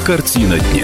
Картина дня.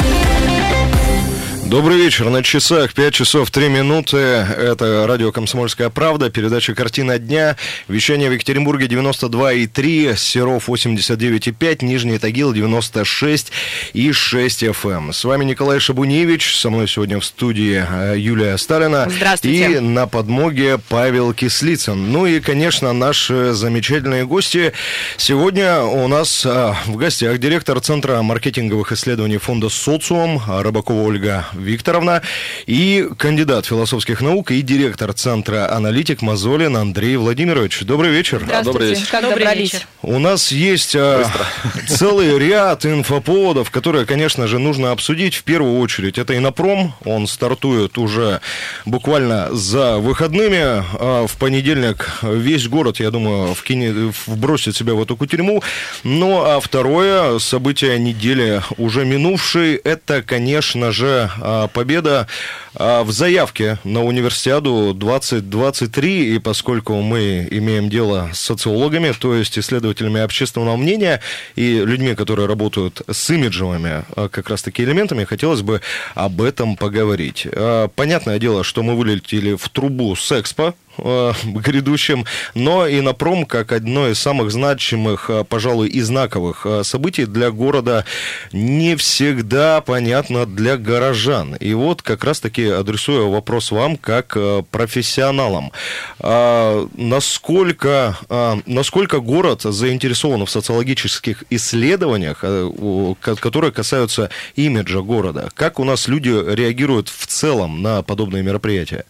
Добрый вечер. На часах 5 часов 3 минуты. Это радио «Комсомольская правда», передача «Картина дня». Вещание в Екатеринбурге 92,3, Серов 89,5, Нижний Тагил 96,6 FM. С вами Николай Шабуневич. Со мной сегодня в студии Юлия Сталина. Здравствуйте. И на подмоге Павел Кислицын. Ну и, конечно, наши замечательные гости. Сегодня у нас в гостях директор Центра маркетинговых исследований фонда «Социум» Рыбакова Ольга Викторовна и кандидат философских наук и директор Центра аналитик Мозолин Андрей Владимирович. Добрый вечер. Здравствуйте. Добрый вечер. Как добрались? У нас есть целый ряд инфоповодов, которые, конечно же, нужно обсудить. В первую очередь, это Иннопром. Он стартует уже буквально за выходными. В понедельник весь город, я думаю, вбросит себя в эту кутерьму. Ну, а второе событие недели уже минувшей, это, конечно же, победа в заявке на Универсиаду 2023, и поскольку мы имеем дело с социологами, то есть исследователями общественного мнения и людьми, которые работают с имиджевыми как раз-таки элементами, хотелось бы об этом поговорить. Понятное дело, что мы вылетели в трубу с Экспо грядущим, но Иннопром, как одно из самых значимых, пожалуй, и знаковых событий для города, не всегда понятно для горожан. И вот как раз-таки адресую вопрос вам, как профессионалам. Насколько город заинтересован в социологических исследованиях, которые касаются имиджа города? Как у нас люди реагируют в целом на подобные мероприятия?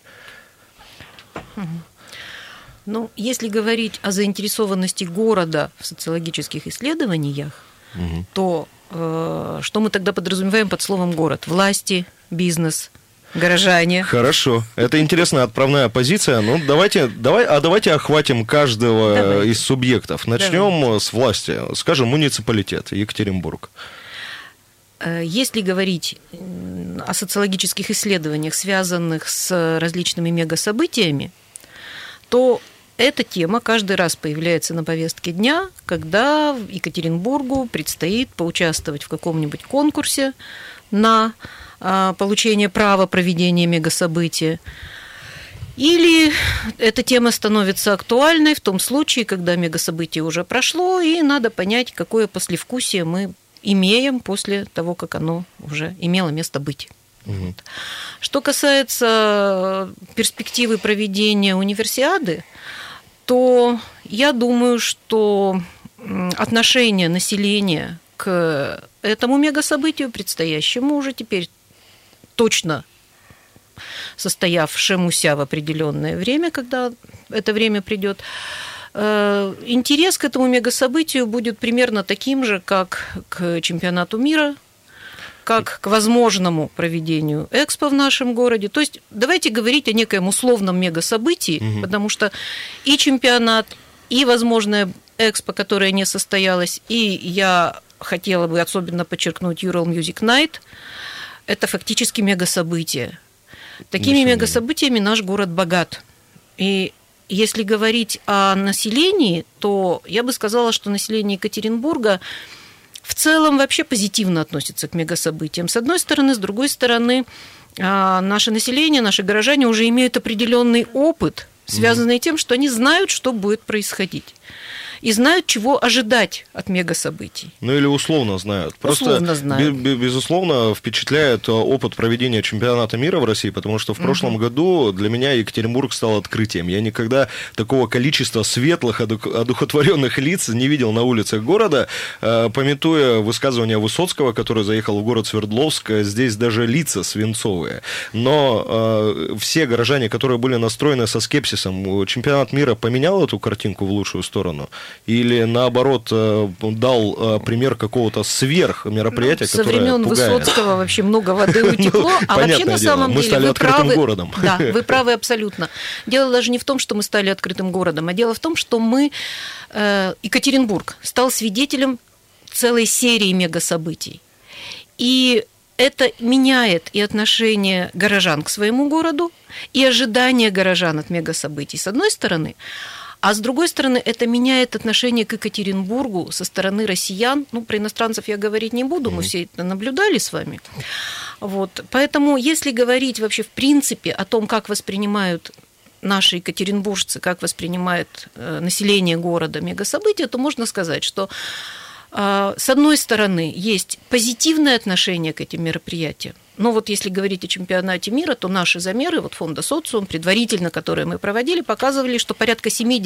Ну, если говорить о заинтересованности города в социологических исследованиях, то что мы тогда подразумеваем под словом «город»? Власти, бизнес, горожане. Хорошо. Это интересная отправная позиция. Ну, давайте охватим каждого из субъектов. Начнем с власти. Скажем, муниципалитет, Екатеринбург. Если говорить о социологических исследованиях, связанных с различными мегасобытиями, то эта тема каждый раз появляется на повестке дня, когда Екатеринбургу предстоит поучаствовать в каком-нибудь конкурсе на получение права проведения мегасобытия. Или эта тема становится актуальной в том случае, когда мегасобытие уже прошло, и надо понять, какое послевкусие мы имеем после того, как оно уже имело место быть. Угу. Что касается перспективы проведения универсиады, то я думаю, что отношение населения к этому мегасобытию, предстоящему уже теперь точно состоявшемуся в определенное время, когда это время придет, интерес к этому мегасобытию будет примерно таким же, как к чемпионату мира, как к возможному проведению Экспо в нашем городе. То есть давайте говорить о некоем условном мегасобытии, потому что и чемпионат, и возможное Экспо, которое не состоялось, и я хотела бы особенно подчеркнуть Ural Music Night, это фактически мегасобытие. Такими мегасобытиями наш город богат. И если говорить о населении, то я бы сказала, что население Екатеринбурга в целом вообще позитивно относится к мегасобытиям. С одной стороны, с другой стороны, наше население, наши горожане уже имеют определенный опыт, связанный с тем, что они знают, что будет происходить. И знают, чего ожидать от мегасобытий. Ну или условно знают. Просто, безусловно, впечатляет опыт проведения чемпионата мира в России, потому что в прошлом году для меня Екатеринбург стал открытием. Я никогда такого количества светлых, одухотворенных лиц не видел на улицах города. Памятуя высказывание Высоцкого, который заехал в город Свердловск, здесь даже лица свинцовые. Но все горожане, которые были настроены со скепсисом, чемпионат мира поменял эту картинку в лучшую сторону? Или, наоборот, дал пример какого-то сверхмероприятия, которое пугает? Со времен Высоцкого вообще много воды утекло, а вообще на самом деле мы стали открытым городом. Да, вы правы абсолютно. Дело даже не в том, что мы стали открытым городом, а дело в том, что Екатеринбург стал свидетелем целой серии мегасобытий. И это меняет и отношение горожан к своему городу, и ожидания горожан от мегасобытий, с одной стороны. А с другой стороны, это меняет отношение к Екатеринбургу со стороны россиян. Ну, про иностранцев я говорить не буду, мы все это наблюдали с вами. Вот. Поэтому, если говорить вообще в принципе о том, как воспринимают наши екатеринбуржцы, как воспринимает население города мегасобытия, то можно сказать, что с одной стороны есть позитивное отношение к этим мероприятиям. Но вот если говорить о чемпионате мира, то наши замеры, вот фонда «Социум», предварительно, которые мы проводили, показывали, что порядка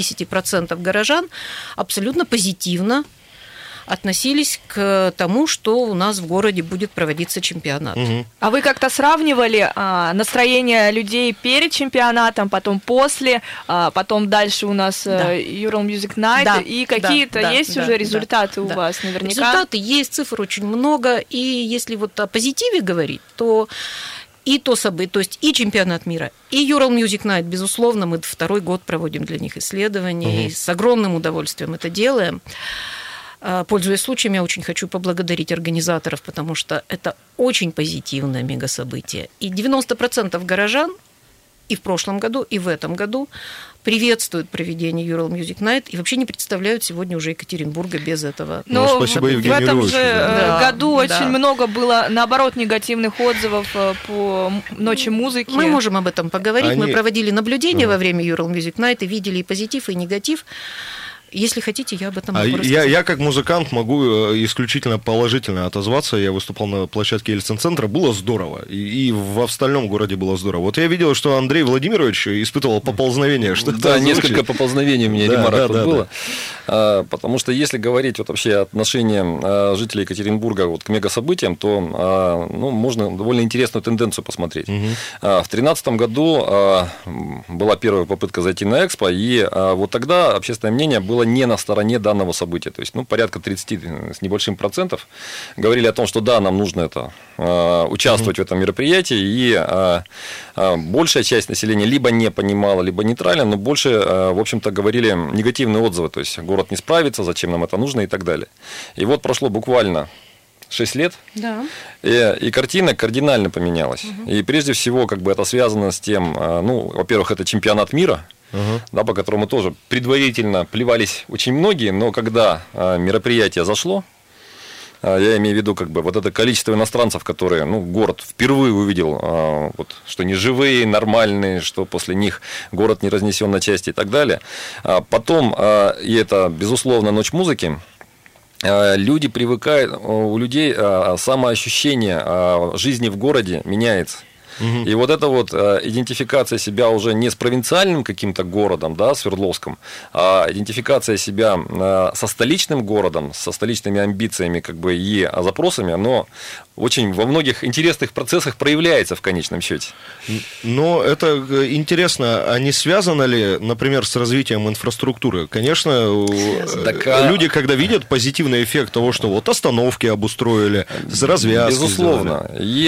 70% горожан абсолютно позитивно относились к тому, что у нас в городе будет проводиться чемпионат. Угу. А вы как-то сравнивали настроение людей перед чемпионатом, потом после, потом дальше у нас Ural Music Night, да, и какие-то есть уже результаты у вас наверняка? Результаты есть, цифр очень много, и если вот о позитиве говорить, то и то событие, то есть и чемпионат мира, и Ural Music Night, безусловно, мы второй год проводим для них исследования, и с огромным удовольствием это делаем. Пользуясь случаем, я очень хочу поблагодарить организаторов, потому что это очень позитивное мегасобытие. И 90% горожан и в прошлом году, и в этом году приветствуют проведение Ural Music Night и вообще не представляют сегодня уже Екатеринбурга без этого. Но спасибо, Евгений, в этом же году очень много было, наоборот, негативных отзывов по Ночи музыки. Мы можем об этом поговорить. Мы проводили наблюдения во время Ural Music Night и видели и позитив, и негатив. Если хотите, я об этом могу рассказать. Я как музыкант могу исключительно положительно отозваться. Я выступал на площадке Ельцин-центра. Было здорово. И в остальном городе было здорово. Вот я видел, что Андрей Владимирович испытывал поползновение. Да, несколько поползновений у меня ремарок было. Потому что если говорить вот вообще отношение жителей Екатеринбурга вот к мегасобытиям, то можно довольно интересную тенденцию посмотреть. В 2013 году была первая попытка зайти на Экспо, и вот тогда общественное мнение было не на стороне данного события. То есть, порядка 30 с небольшим процентов говорили о том, что да, нам нужно участвовать в этом мероприятии, и большая часть населения либо не понимала, либо нейтрально, но больше, в общем-то, говорили негативные отзывы. То есть, город не справится, зачем нам это нужно и так далее. И вот прошло буквально 6 лет, да. И картина кардинально поменялась. И прежде всего, это связано с тем, во-первых, это чемпионат мира, да, по которому тоже предварительно плевались очень многие, но когда мероприятие зашло, я имею в виду вот это количество иностранцев, которые город впервые увидел, что они живые, нормальные, что после них город не разнесен на части и так далее. Потом, и это, безусловно, Ночь музыки, люди привыкают, у людей самоощущение жизни в городе меняется. И вот эта идентификация себя уже не с провинциальным каким-то городом, да, Свердловском, а идентификация себя со столичным городом, со столичными амбициями и запросами, оно очень во многих интересных процессах проявляется в конечном счете. Но это интересно, а не связано ли, например, с развитием инфраструктуры? Конечно, люди, когда видят позитивный эффект того, что остановки обустроили, с развязкой. Безусловно. И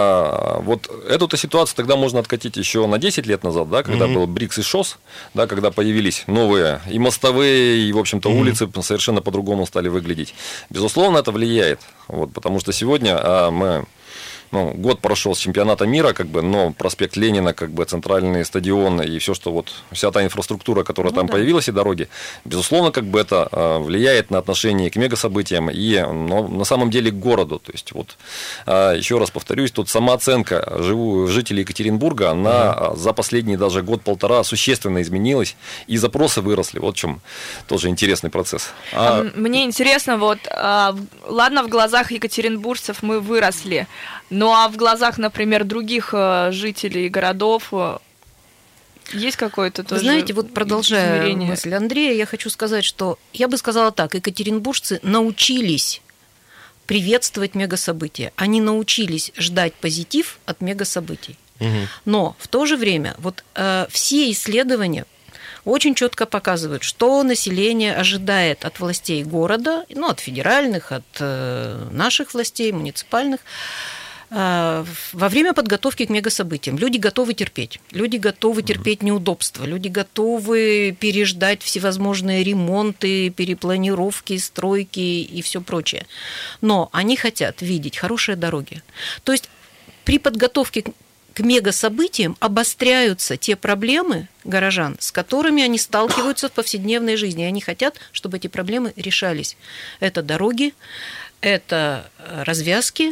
эту ситуацию тогда можно откатить еще на 10 лет назад, да, когда был БРИКС и ШОС, да, когда появились новые и мостовые, и, в общем-то, улицы совершенно по-другому стали выглядеть. Безусловно, это влияет, потому что сегодня мы... год прошел с чемпионата мира, но проспект Ленина, центральный стадион и все, что вся та инфраструктура, которая там появилась, и дороги, безусловно, это влияет на отношение к мегасобытиям и на самом деле к городу. То есть, еще раз повторюсь, тут самооценка жителей Екатеринбурга, она за последний даже год-полтора существенно изменилась, и запросы выросли. Вот в чем тоже интересный процесс. Мне интересно, ладно, в глазах екатеринбуржцев мы выросли, ну а в глазах, например, других жителей городов есть какое-то тоже знаете, продолжая мысль Андрея, я хочу сказать, что я бы сказала так, екатеринбуржцы научились приветствовать мегасобытия, они научились ждать позитив от мегасобытий. Но в то же время все исследования очень четко показывают, что население ожидает от властей города, от федеральных, от наших властей, муниципальных, во время подготовки к мегасобытиям. Люди готовы терпеть. Люди готовы терпеть неудобства. Люди готовы переждать всевозможные ремонты, перепланировки, стройки и все прочее. Но они хотят видеть хорошие дороги. То есть при подготовке к к мегасобытиям обостряются те проблемы горожан, с которыми они сталкиваются в повседневной жизни. И они хотят, чтобы эти проблемы решались. Это дороги, это развязки,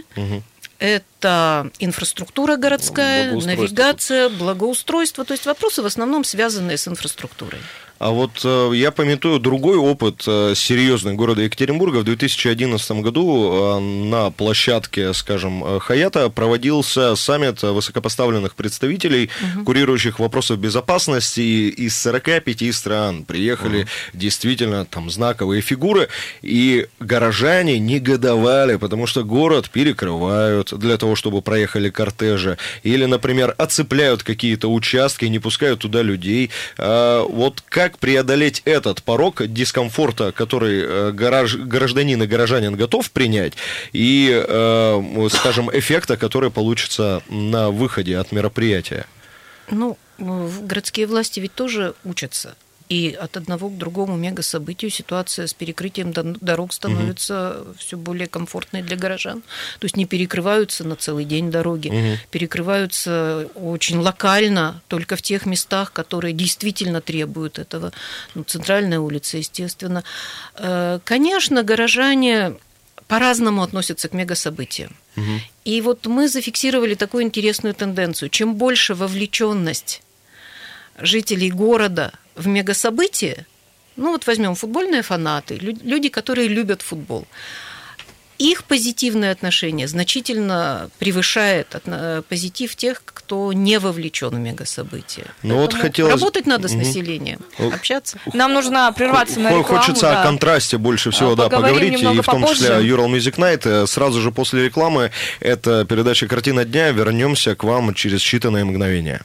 это инфраструктура городская, навигация, благоустройство. То есть вопросы в основном связанные с инфраструктурой. А вот я памятую другой опыт серьезный города Екатеринбурга. В 2011 году на площадке, скажем, Хаята проводился саммит высокопоставленных представителей, курирующих вопросы безопасности из 45 стран. Приехали действительно там знаковые фигуры, и горожане негодовали, потому что город перекрывают для того, чтобы проехали кортежи, или, например, оцепляют какие-то участки, не пускают туда людей. Вот как преодолеть этот порог дискомфорта, который гражданин и горожанин готов принять, и, скажем, эффекта, который получится на выходе от мероприятия? Ну, городские власти ведь тоже учатся. И от одного к другому мегасобытию ситуация с перекрытием дорог становится все более комфортной для горожан. То есть не перекрываются на целый день дороги, перекрываются очень локально, только в тех местах, которые действительно требуют этого. Ну, центральная улица, естественно. Конечно, горожане по-разному относятся к мегасобытиям. И вот мы зафиксировали такую интересную тенденцию. Чем больше вовлеченность жителей города в мегасобытие, ну вот возьмем футбольные фанаты, люди, которые любят футбол, их позитивное отношение значительно превышает позитив тех, кто не вовлечен в мегасобытие. Вот работать надо с населением, общаться. Нам нужно прерваться на рекламу. Хочется о контрасте больше всего поговорить, и в том числе о Ural Music Night. Сразу же после рекламы это передача «Картина дня». Вернемся к вам через считанные мгновения.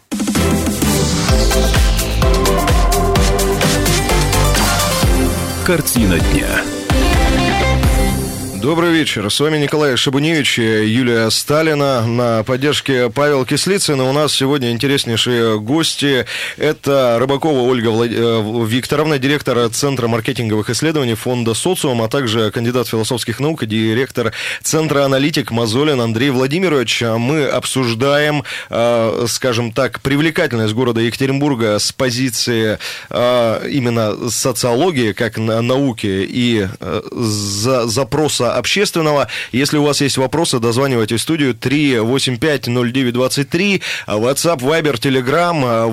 Картина дня. Добрый вечер. С вами Николай Шабуневич и Юлия Сталина. На поддержке Павел Кислицын. У нас сегодня интереснейшие гости. Это Рыбакова Ольга Викторовна, директор Центра маркетинговых исследований фонда «Социум», а также кандидат философских наук и директор Центра аналитик Мазолин Андрей Владимирович. Мы обсуждаем, скажем так, привлекательность города Екатеринбурга с позиции именно социологии, как науки, и запроса общественного. Если у вас есть вопросы, дозванивайте в студию 385-09-23, WhatsApp, Viber, Telegram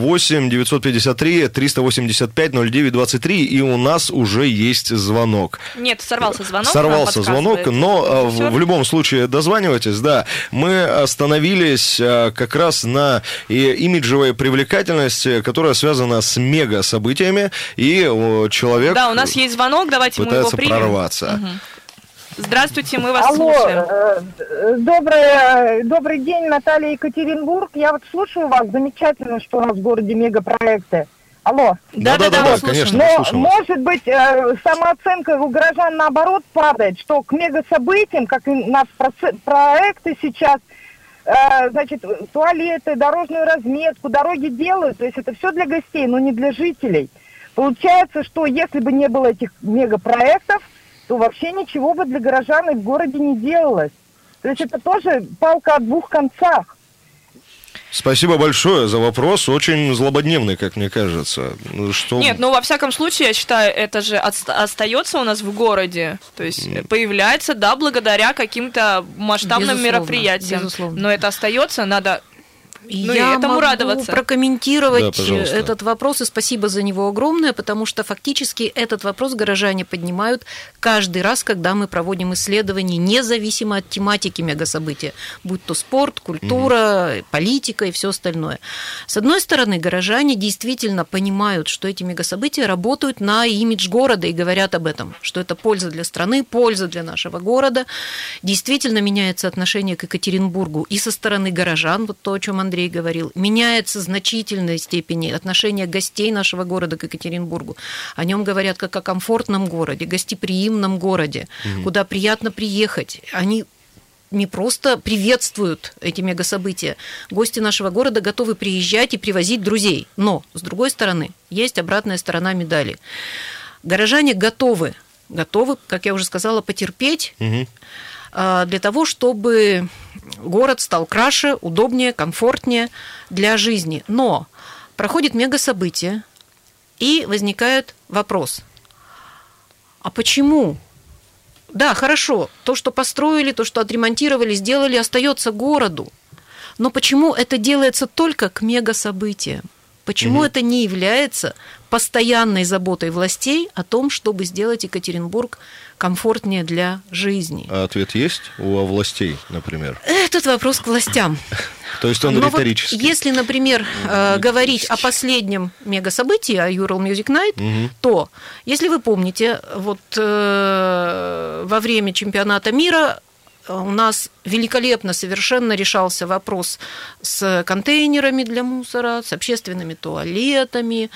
8-953-385-09-23, и у нас уже есть звонок. Нет, сорвался звонок. Сорвался звонок, но в любом случае дозванивайтесь, да. Мы остановились как раз на имиджевой привлекательности, которая связана с мега-событиями, и человек... Да, у нас есть звонок, давайте мы его примем. Прорваться. Здравствуйте, мы вас слушаем. Добрый день, Наталья, Екатеринбург. Я вот слушаю вас, замечательно, что у нас в городе мегапроекты. Алло. Да, конечно. Но, может быть, самооценка у горожан наоборот падает, что к мегасобытиям, как и у нас проекты сейчас, значит, туалеты, дорожную разметку, дороги делают, то есть это все для гостей, но не для жителей. Получается, что если бы не было этих мегапроектов, то вообще ничего бы для горожан и в городе не делалось. То есть это тоже палка о двух концах. Спасибо большое за вопрос, очень злободневный, как мне кажется. Нет, во всяком случае, я считаю, это же остается у нас в городе. То есть появляется, да, благодаря каким-то масштабным мероприятиям. Безусловно. Но это остается, надо... Я этому могу радоваться. Прокомментировать этот вопрос, и спасибо за него огромное, потому что фактически этот вопрос горожане поднимают каждый раз, когда мы проводим исследования, независимо от тематики мегасобытия, будь то спорт, культура, политика и все остальное. С одной стороны, горожане действительно понимают, что эти мегасобытия работают на имидж города и говорят об этом, что это польза для страны, польза для нашего города. Действительно меняется отношение к Екатеринбургу и со стороны горожан, вот то, о чем Андрей говорил, меняется в значительной степени отношение гостей нашего города к Екатеринбургу. О нем говорят как о комфортном городе, гостеприимном городе, куда приятно приехать. Они не просто приветствуют эти мегасобытия. Гости нашего города готовы приезжать и привозить друзей. Но, с другой стороны, есть обратная сторона медали. Горожане готовы, как я уже сказала, потерпеть, для того, чтобы город стал краше, удобнее, комфортнее для жизни. Но проходит мегасобытие, и возникает вопрос, а почему? Да, хорошо, то, что построили, то, что отремонтировали, сделали, остается городу. Но почему это делается только к мегасобытиям? Почему это не является постоянной заботой властей о том, чтобы сделать Екатеринбург комфортнее для жизни? А ответ есть у властей, например? Этот вопрос к властям. То есть он риторический. Вот если, например, говорить о последнем мегасобытии, о Ural Music Night, то, если вы помните, вот во время чемпионата мира у нас великолепно совершенно решался вопрос с контейнерами для мусора, с общественными туалетами.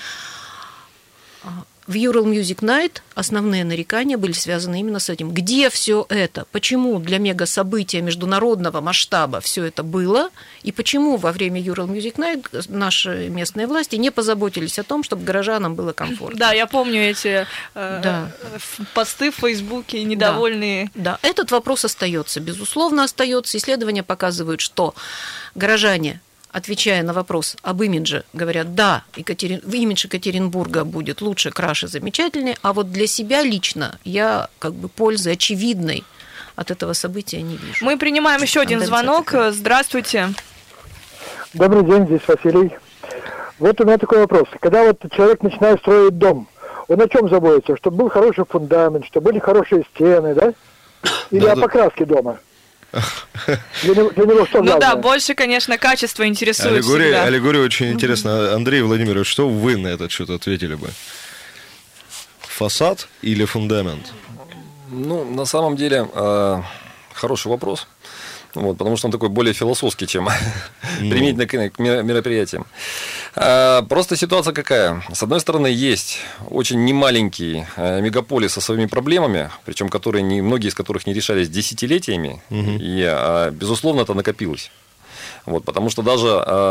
В Ural Music Night основные нарекания были связаны именно с этим. Где все это? Почему для мегасобытия международного масштаба все это было? И почему во время Ural Music Night наши местные власти не позаботились о том, чтобы горожанам было комфортно? Да, я помню эти посты в Фейсбуке недовольные. Да, этот вопрос остается, безусловно, остается. Исследования показывают, что горожане, отвечая на вопрос об имидже, говорят, да, имидж Екатеринбурга будет лучше, краше, замечательнее, а вот для себя лично я пользы очевидной от этого события не вижу. Мы принимаем еще один звонок. Такая. Здравствуйте. Добрый день, здесь Василий. Вот у меня такой вопрос. Когда вот человек начинает строить дом, он о чем заботится? Чтобы был хороший фундамент, чтобы были хорошие стены, да? Или о покраске дома? Для него что главное? Да, больше, конечно, качество интересует всегда. Аллегория очень интересна. Андрей Владимирович, что вы на этот счет ответили бы? Фасад или фундамент? На самом деле, хороший вопрос. Потому что он такой более философский, чем применительно к мероприятиям. Просто ситуация какая? С одной стороны, есть очень немаленький мегаполис со своими проблемами, причем многие из которых не решались десятилетиями, и, безусловно, это накопилось. Потому что даже,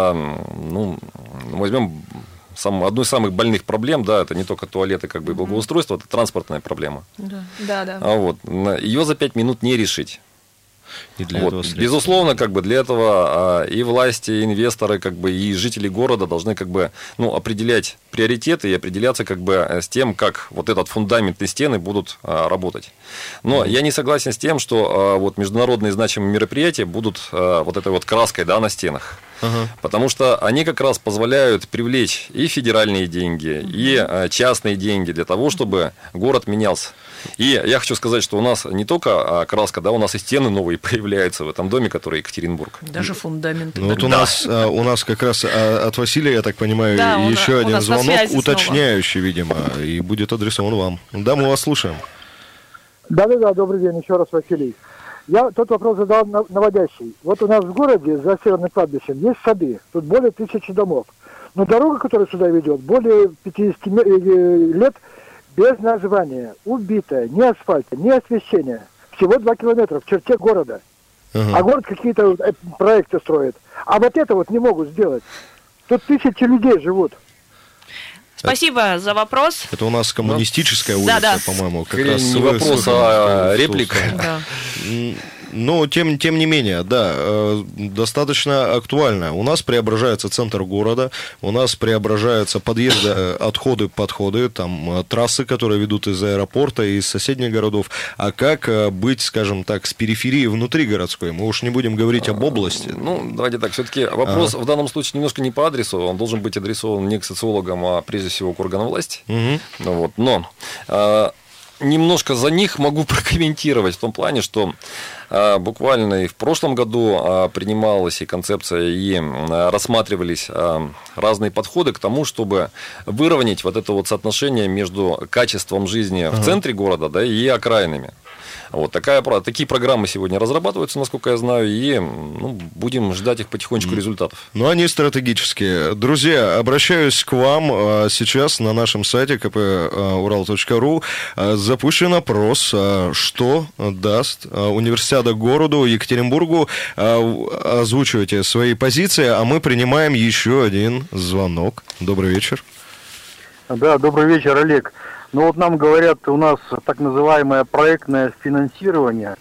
возьмем одну из самых больных проблем, да, это не только туалеты, и благоустройство, это транспортная проблема. Да. Ее за 5 минут не решить. И для этого безусловно, для этого и власти, и инвесторы, и жители города должны определять приоритеты и определяться с тем, как вот этот фундамент и стены будут работать. Но я не согласен с тем, что международные значимые мероприятия будут вот этой вот краской, да, на стенах. Потому что они как раз позволяют привлечь и федеральные деньги, и частные деньги для того, чтобы город менялся. И я хочу сказать, что у нас не только краска, да, у нас и стены новые появляются в этом доме, который Екатеринбург. Даже фундаменты. Вот у нас как раз от Василия, я так понимаю, еще один звонок, уточняющий, видимо, и будет адресован вам. Да, мы вас слушаем. Да, добрый день, еще раз, Василий. Я тот вопрос задал наводящий. Вот у нас в городе за Северным кладбищем есть сады, тут более 1000 домов. Но дорога, которая сюда ведет, более 50 лет без названия, убитая, ни асфальта, ни освещения. Всего 2 километра в черте города. А город какие-то проекты строит. А вот это вот не могут сделать. Тут 1000 людей живут. Спасибо за вопрос. Это у нас коммунистическая улица, по-моему. Как раз не вопрос, а реплика. Но, тем не менее, да, достаточно актуально. У нас преображается центр города, у нас преображаются подъезды, отходы, подходы, там трассы, которые ведут из аэропорта и из соседних городов. А как быть, скажем так, с периферией внутри городской? Мы уж не будем говорить об области. Давайте так, все-таки вопрос в данном случае немножко не по адресу, он должен быть адресован не к социологам, а прежде всего к органам власти. Но немножко за них могу прокомментировать в том плане, что буквально и в прошлом году принималась и концепция, и рассматривались разные подходы к тому, чтобы выровнять вот это вот соотношение между качеством жизни в центре города, да, и окраинами. Такие программы сегодня разрабатываются, насколько я знаю, и будем ждать их потихонечку результатов. Они стратегические. Друзья, обращаюсь к вам. Сейчас на нашем сайте kpural.ru запущен опрос, что даст универсиада городу Екатеринбургу. Озвучивайте свои позиции, а мы принимаем еще один звонок. Добрый вечер. Да, добрый вечер, Олег. Нам говорят, у нас так называемое проектное финансирование.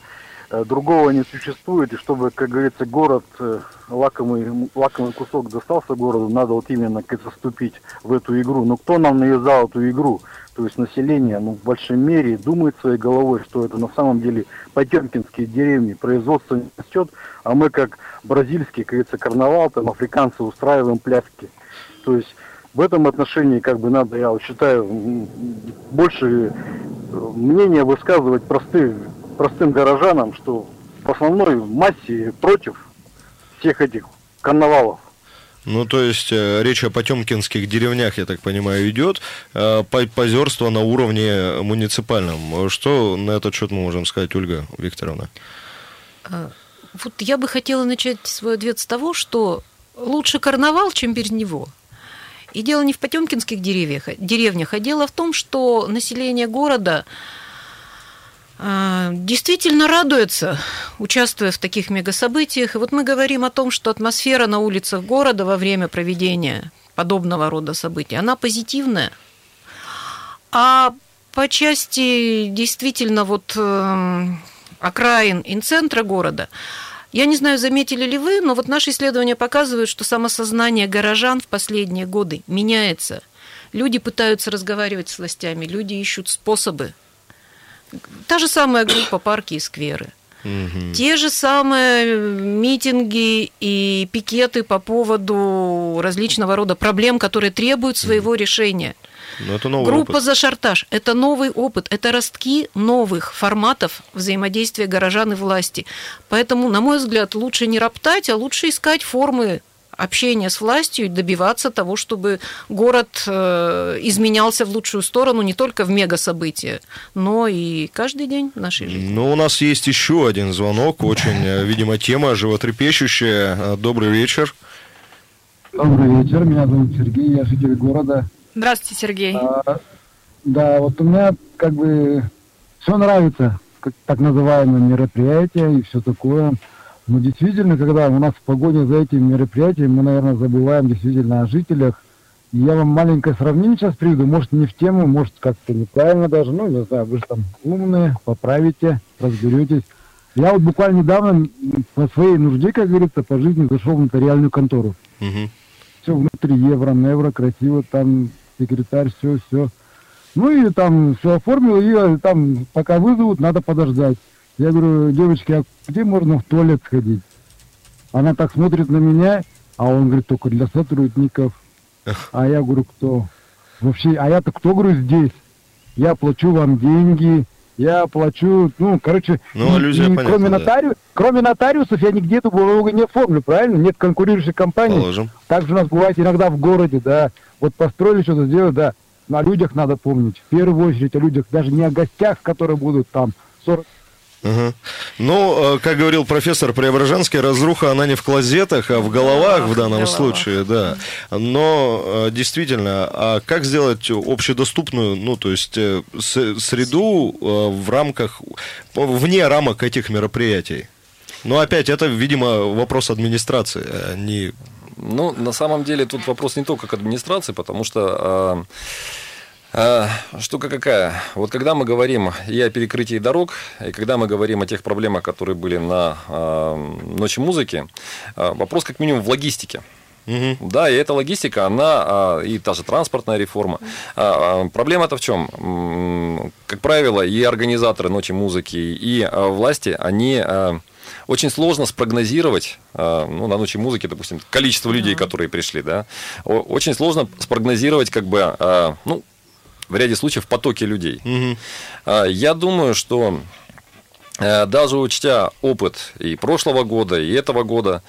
другого не существует, и чтобы, как говорится, город, лакомый кусок достался городу, надо вот именно вступить в эту игру. Но кто нам навязал эту игру? То есть население, в большей мере думает своей головой, что это на самом деле потемкинские деревни, производство не растет, а мы как бразильский, как говорится, карнавал, там африканцы устраиваем пляски. То есть в этом отношении, надо, я считаю, больше мнения высказывать простым горожанам, что в основной массе против всех этих карнавалов. То есть речь о потемкинских деревнях, я так понимаю, идет, позерство на уровне муниципальном. Что на этот счет мы можем сказать, Ольга Викторовна? Вот я бы хотела начать свой ответ с того, что лучше карнавал, чем без него. И дело не в потемкинских деревнях, а дело в том, что население города действительно радуется, участвуя в таких мегасобытиях. И вот мы говорим о том, что атмосфера на улицах города во время проведения подобного рода событий, она позитивная. А по части действительно окраин и центра города, я не знаю, заметили ли вы, но наши исследования показывают, что самосознание горожан в последние годы меняется. Люди пытаются разговаривать с властями, люди ищут способы. Та же самая группа «Парки и скверы». Те же самые митинги и пикеты по поводу различного рода проблем, которые требуют своего решения. Группа опыт. «За шартаж» – это новый опыт, это ростки новых форматов взаимодействия горожан и власти. Поэтому, на мой взгляд, лучше не роптать, а лучше искать формы общения с властью и добиваться того, чтобы город изменялся в лучшую сторону не только в мегасобытия, но и каждый день в нашей жизни. У нас есть еще один звонок, очень, видимо, тема животрепещущая. Добрый вечер. Добрый вечер, меня зовут Сергей, я житель города. Здравствуйте, Сергей. Да, у меня все нравится, так называемые мероприятия и все такое. Но действительно, когда у нас в погоне за этим мероприятием, мы, наверное, забываем действительно о жителях. И я вам маленькое сравнение сейчас приведу. Может, не в тему, может, как-то неправильно даже. Не знаю, вы же там умные, поправите, разберетесь. Я буквально недавно по своей нужде, как говорится, по жизни зашел в нотариальную контору. Все внутри евро, красиво, там секретарь, все. И там все оформил, и там пока вызовут, надо подождать. Я говорю, девочки, а где можно в туалет сходить? Она так смотрит на меня, а он говорит, только для сотрудников. А я говорю, кто? Вообще, а я-то кто, говорю, здесь? Я плачу вам деньги, я плачу, аллюзия понятна, кроме нотариусов я нигде эту бумагу не оформлю, правильно? Нет конкурирующей компании. Положим. Также у нас бывает иногда в городе, да, построили что-то сделать, да, но о людях надо помнить. В первую очередь о людях, даже не о гостях, которые будут там 40... как говорил профессор Преображенский, разруха, она не в клозетах, а в головах в данном случае, да. Но действительно, а как сделать общедоступную, то есть среду в рамках, вне рамок этих мероприятий? Опять, это, видимо, вопрос администрации, а не... на самом деле тут вопрос не только к администрации, потому что... Штука какая? Когда мы говорим и о перекрытии дорог, и когда мы говорим о тех проблемах, которые были на Ночи музыки, вопрос как минимум в логистике. Да, и эта логистика, она и та же транспортная реформа. Проблема-то в чем? Как правило, и организаторы Ночи музыки, и власти, они... Очень сложно спрогнозировать, на Ночи музыки, допустим, количество людей, которые пришли, да, очень сложно спрогнозировать, в ряде случаев потоки людей. Я думаю, что даже учтя опыт и прошлого года, и этого года,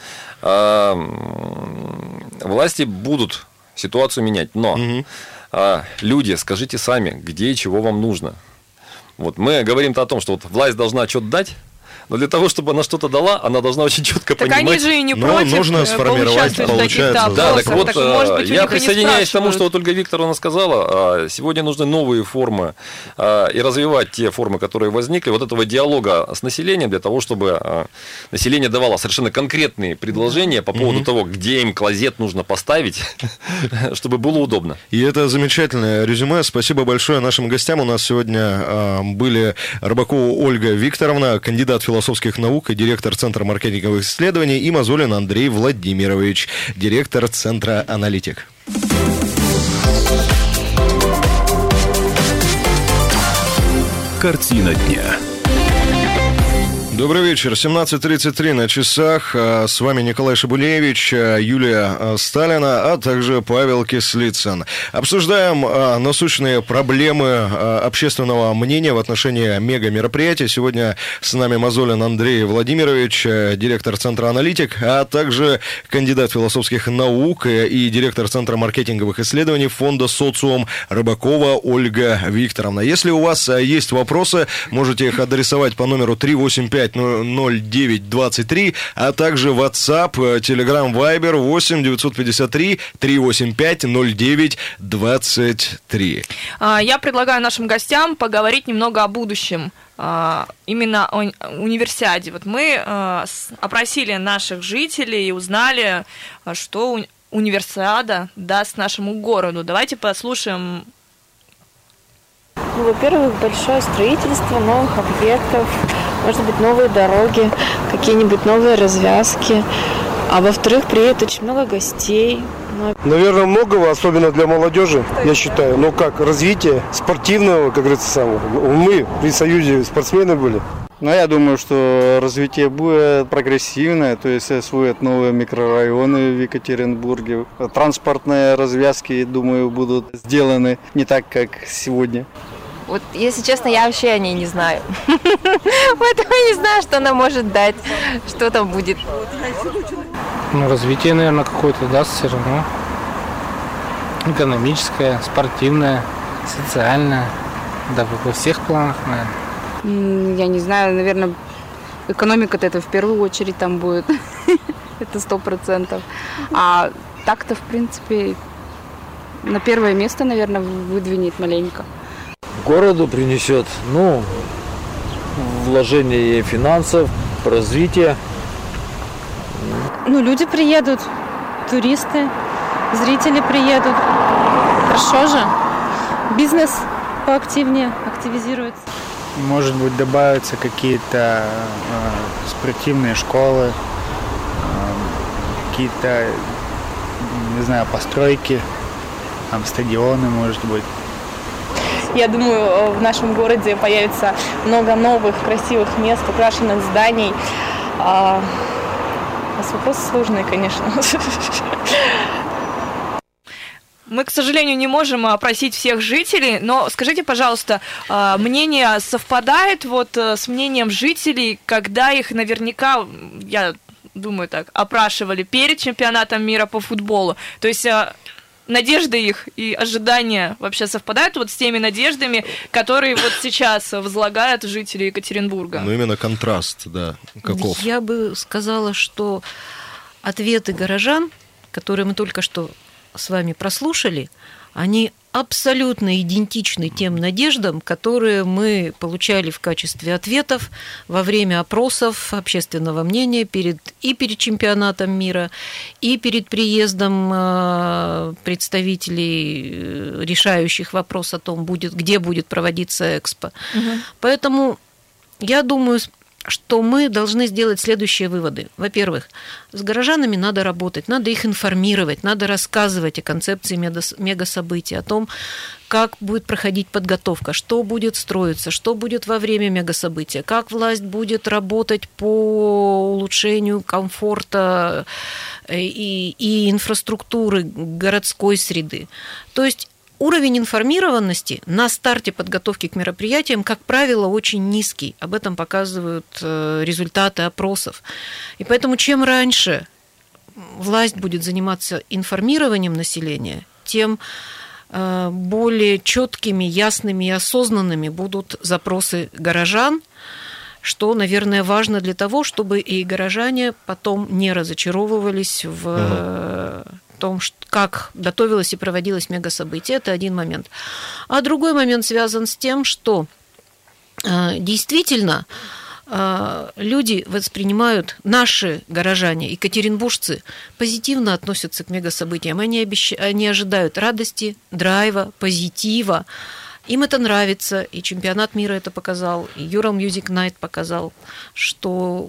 власти будут ситуацию менять. Но люди, скажите сами, где и чего вам нужно. Мы говорим-то о том, что власть должна что-то дать, но для того, чтобы она что-то дала, она должна очень четко понимать. Так они же и не против нужно сформировать, получается. Да, так вот, я присоединяюсь к тому, что Ольга Викторовна сказала. Сегодня нужны новые формы и развивать те формы, которые возникли, этого диалога с населением, для того, чтобы население давало совершенно конкретные предложения по поводу того, где им клозет нужно поставить, чтобы было удобно. И это замечательное резюме. Спасибо большое нашим гостям. У нас сегодня были Рыбакова Ольга Викторовна, кандидат кандидат философских наук и директор Центра маркетинговых исследований, и Мазулин Андрей Владимирович, директор Центра «Аналитик». Картина дня. Добрый вечер. 17:33 на часах. С вами Николай Шабулевич, Юлия Сталина, а также Павел Кислицын. Обсуждаем насущные проблемы общественного мнения в отношении мега-мероприятий. Сегодня с нами Мазулин Андрей Владимирович, директор Центра «Аналитик», а также кандидат философских наук и директор Центра маркетинговых исследований фонда «Социум» Рыбакова Ольга Викторовна. Если у вас есть вопросы, можете их адресовать по номеру 385-09-23, а также WhatsApp, Telegram, Viber 8-955-385-09-23. Я предлагаю нашим гостям поговорить немного о будущем, именно о универсиаде. Вот мы опросили наших жителей и узнали, что универсиада даст нашему городу. Давайте послушаем. Во-первых, большое строительство новых объектов, может быть, новые дороги, какие-нибудь новые развязки. А во-вторых, приедет очень много гостей. Наверное, многого, особенно для молодежи, я считаю. Но как развитие спортивного, как говорится, самого. Мы при Союзе спортсмены были. Но я думаю, что развитие будет прогрессивное, то есть освоят новые микрорайоны в Екатеринбурге. Транспортные развязки, думаю, будут сделаны не так, как сегодня. Вот, если честно, я вообще о ней не знаю. Поэтому я не знаю, что она может дать, что там будет. Ну, развитие, наверное, какое-то даст все равно. Экономическое, спортивное, социальное. Да, во всех планах, наверное. Я не знаю, наверное, экономика-то это в первую очередь там будет. Это 100%. А так-то, в принципе, на первое место, наверное, выдвинет маленько. Городу принесет, вложение финансов, развитие. Люди приедут, туристы, зрители приедут. Хорошо же. Бизнес поактивнее, активизируется. Может быть, добавятся какие-то спортивные школы, какие-то, не знаю, постройки, там стадионы, может быть. Я думаю, в нашем городе появится много новых красивых мест, украшенных зданий. Вопрос сложный, конечно. Мы, к сожалению, не можем опросить всех жителей, но скажите, пожалуйста, мнение совпадает с мнением жителей, когда их наверняка, я думаю так, опрашивали перед чемпионатом мира по футболу? То есть надежды их и ожидания вообще совпадают с теми надеждами, которые сейчас возлагают жители Екатеринбурга? Именно контраст, да, каков? Я бы сказала, что ответы горожан, которые мы только что с вами прослушали, они абсолютно идентичны тем надеждам, которые мы получали в качестве ответов во время опросов общественного мнения перед чемпионатом мира, и перед приездом представителей, решающих вопрос о том, где будет проводиться Экспо. Поэтому я думаю, что мы должны сделать следующие выводы. Во-первых, с горожанами надо работать, надо их информировать, надо рассказывать о концепции мегасобытий, о том, как будет проходить подготовка, что будет строиться, что будет во время мегасобытия, как власть будет работать по улучшению комфорта и инфраструктуры городской среды. То есть уровень информированности на старте подготовки к мероприятиям, как правило, очень низкий. Об этом показывают результаты опросов. И поэтому чем раньше власть будет заниматься информированием населения, тем более четкими, ясными и осознанными будут запросы горожан, что, наверное, важно для того, чтобы и горожане потом не разочаровывались в том, как готовилось и проводилось мегасобытие. Это один момент. А другой момент связан с тем, что действительно люди воспринимают, наши горожане, екатеринбуржцы, позитивно относятся к мегасобытиям. Они ожидают радости, драйва, позитива. Им это нравится, и чемпионат мира это показал, и Ural Music Night показал, что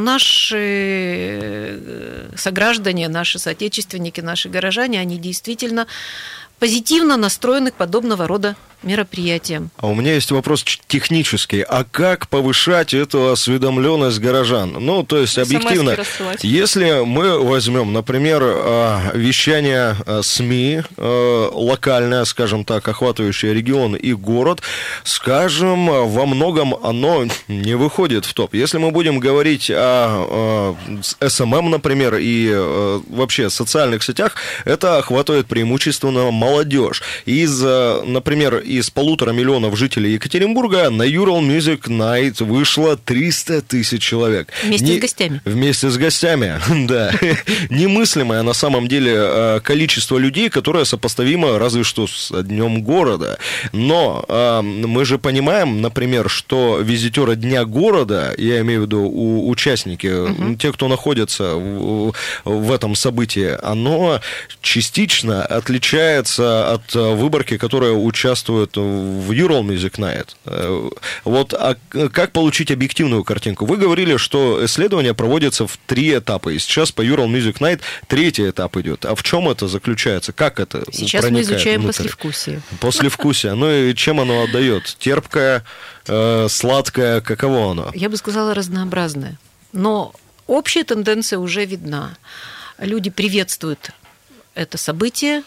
наши сограждане, наши соотечественники, наши горожане, они действительно позитивно настроены к подобного рода мероприятиям. А у меня есть вопрос технический. А как повышать эту осведомленность горожан? Ну, то есть, объективно, если мы возьмем, например, вещание СМИ локальное, скажем так, охватывающее регион и город, скажем, во многом оно не выходит в топ. Если мы будем говорить о СММ, например, и вообще социальных сетях, это охватывает преимущественно молодежь. Например, из 1,5 миллиона жителей Екатеринбурга на Ural Music Night вышло 300 тысяч человек. Вместе с гостями. Вместе с гостями, да. Немыслимое на самом деле количество людей, которое сопоставимо разве что с Днем города. Но мы же понимаем, например, что визитеры Дня города, я имею в виду участники, те, кто находится в этом событии, оно частично отличается от выборки, которая участвует в Ural Music Night. Вот, а как получить объективную картинку? Вы говорили, что исследование проводится в 3 этапа, и сейчас по Ural Music Night 3-й этап идет. А в чем это заключается? Как это сейчас проникает мы изучаем внутрь? послевкусие. Послевкусие. Ну и чем оно отдает? Терпкое, сладкое, каково оно? Я бы сказала, разнообразное. Но общая тенденция уже видна. Люди приветствуют это событие,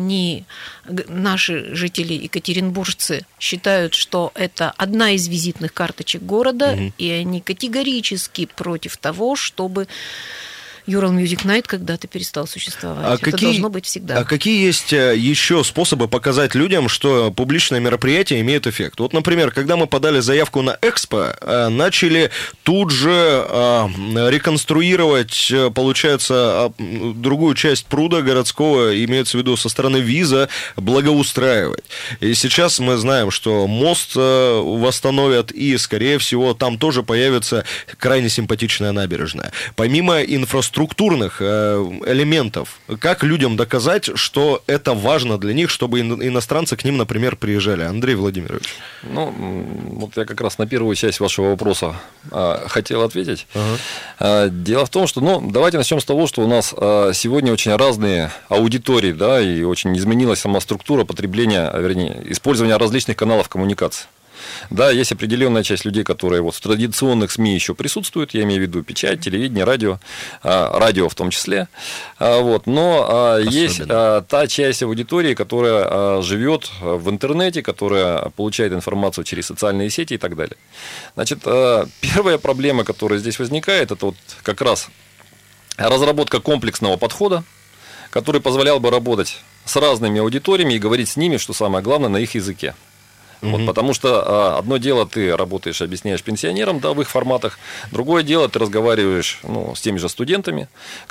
наши жители, екатеринбуржцы, считают, что это одна из визитных карточек города, и они категорически против того, чтобы Ural Music Night когда-то перестал существовать. Это должно быть всегда. А какие есть еще способы показать людям, что публичное мероприятие имеет эффект? Вот, например, когда мы подали заявку на Экспо, начали тут же реконструировать, получается, другую часть пруда городского, имеется в виду со стороны виза, благоустраивать. И сейчас мы знаем, что мост восстановят, и, скорее всего, там тоже появится крайне симпатичная набережная. Помимо инфраструктурных элементов, как людям доказать, что это важно для них, чтобы иностранцы к ним, например, приезжали? Андрей Владимирович. Ну, вот я как раз на первую часть вашего вопроса хотел ответить. Дело в том, что, давайте начнем с того, что у нас сегодня очень разные аудитории, да, и очень изменилась сама структура потребления, вернее, использования различных каналов коммуникации. Да, есть определенная часть людей, которые вот в традиционных СМИ еще присутствуют, я имею в виду печать, телевидение, радио, радио в том числе. Вот, но есть та часть аудитории, которая живет в интернете, которая получает информацию через социальные сети и так далее. Значит, первая проблема, которая здесь возникает, это вот как раз разработка комплексного подхода, который позволял бы работать с разными аудиториями и говорить с ними, что самое главное, на их языке. Вот, потому что одно дело, ты работаешь, объясняешь пенсионерам, да, в их форматах, другое дело, ты разговариваешь с теми же студентами,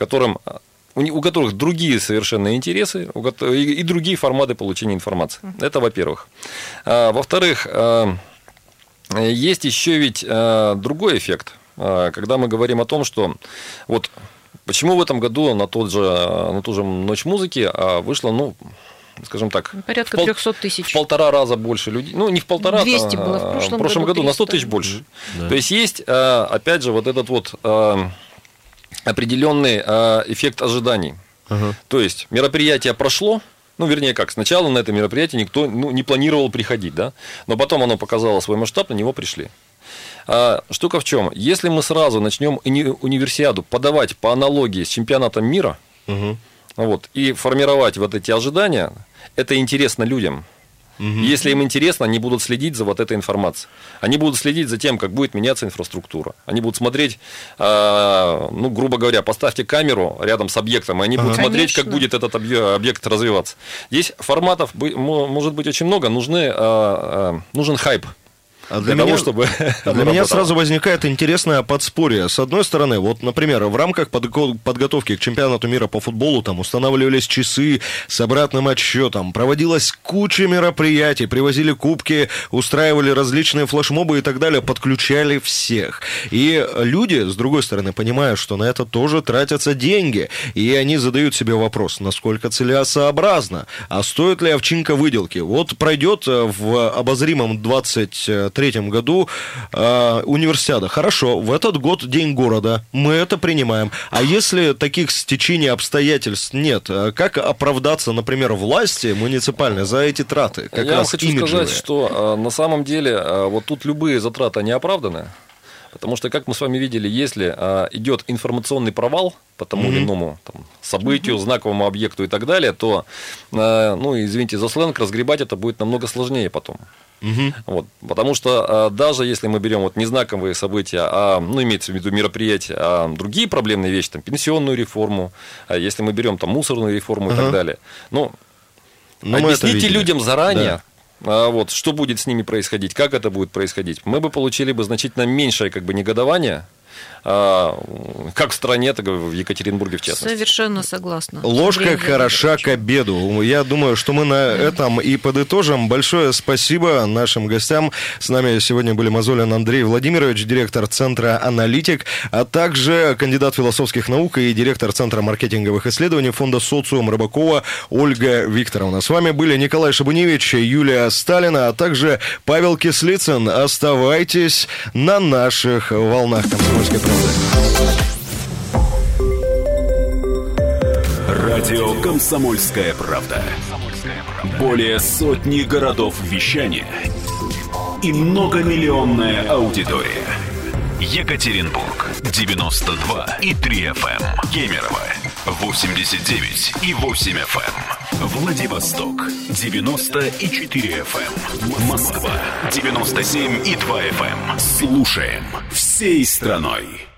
у которых другие совершенно интересы и другие форматы получения информации. Это во-первых. Во-вторых, есть еще ведь другой эффект, когда мы говорим о том, что вот почему в этом году на ту же Ночь музыки вышло, скажем так, порядка 300 тысяч. В 1,5 раза больше людей. Не в 1,5, 200 было в прошлом году 300. На 100 тысяч больше. Да. То есть есть, опять же, вот этот вот определенный эффект ожиданий. То есть мероприятие прошло. Сначала на это мероприятие никто не планировал приходить, да? Но потом оно показало свой масштаб, на него пришли. Штука в чем? Если мы сразу начнем универсиаду подавать по аналогии с чемпионатом мира, и формировать вот эти ожидания, это интересно людям. Если им интересно, они будут следить за вот этой информацией. Они будут следить за тем, как будет меняться инфраструктура. Они будут смотреть, грубо говоря, поставьте камеру рядом с объектом, и они будут смотреть, как будет этот объект развиваться. Здесь форматов может быть очень много, нужен хайп. Для меня сразу возникает интересное подспорье. С одной стороны, вот, например, в рамках подготовки к чемпионату мира по футболу там устанавливались часы с обратным отсчетом, проводилась куча мероприятий, привозили кубки, устраивали различные флешмобы и так далее, подключали всех. И люди, с другой стороны, понимают, что на это тоже тратятся деньги, и они задают себе вопрос, насколько целесообразно, а стоит ли овчинка выделки. Вот пройдет в обозримом 23-м году универсиада. Хорошо, в этот год День города, мы это принимаем. А если таких стечений обстоятельств нет, как оправдаться, например, власти муниципальной за эти траты? Как Я раз хочу имиджевые. сказать, что на самом деле вот тут любые затраты, они оправданы. Потому что, как мы с вами видели, если идет информационный провал по тому или иному там, событию, знаковому объекту и так далее, то, ну, извините за сленг, разгребать это будет намного сложнее потом. Вот, потому что даже если мы берем вот не знаковые события, ну, имеется в виду мероприятия, а другие проблемные вещи, там, пенсионную реформу, если мы берем там мусорную реформу и так далее, ну, объясните людям заранее, вот, что будет с ними происходить, как это будет происходить, мы бы получили бы значительно меньшее как бы негодование, как в стране, так и в Екатеринбурге в частности. Совершенно согласна. Ложка хороша к обеду. Я думаю, что мы на этом и подытожим. Большое спасибо нашим гостям. С нами сегодня были Мазолин Андрей Владимирович, директор Центра «Аналитик», а также кандидат философских наук и директор Центра маркетинговых исследований Фонда «Социум» Рыбакова Ольга Викторовна. С вами были Николай Шабуневич, Юлия Сталина, а также Павел Кислицын. Оставайтесь на наших волнах «Комсомольской правды». Радио «Комсомольская правда». Более сотни городов вещания и многомиллионная аудитория. Екатеринбург 92,3 FM. Кемерово 89,8 FM. Владивосток 90,4 FM. Москва 97,2 FM. Слушаем всей страной.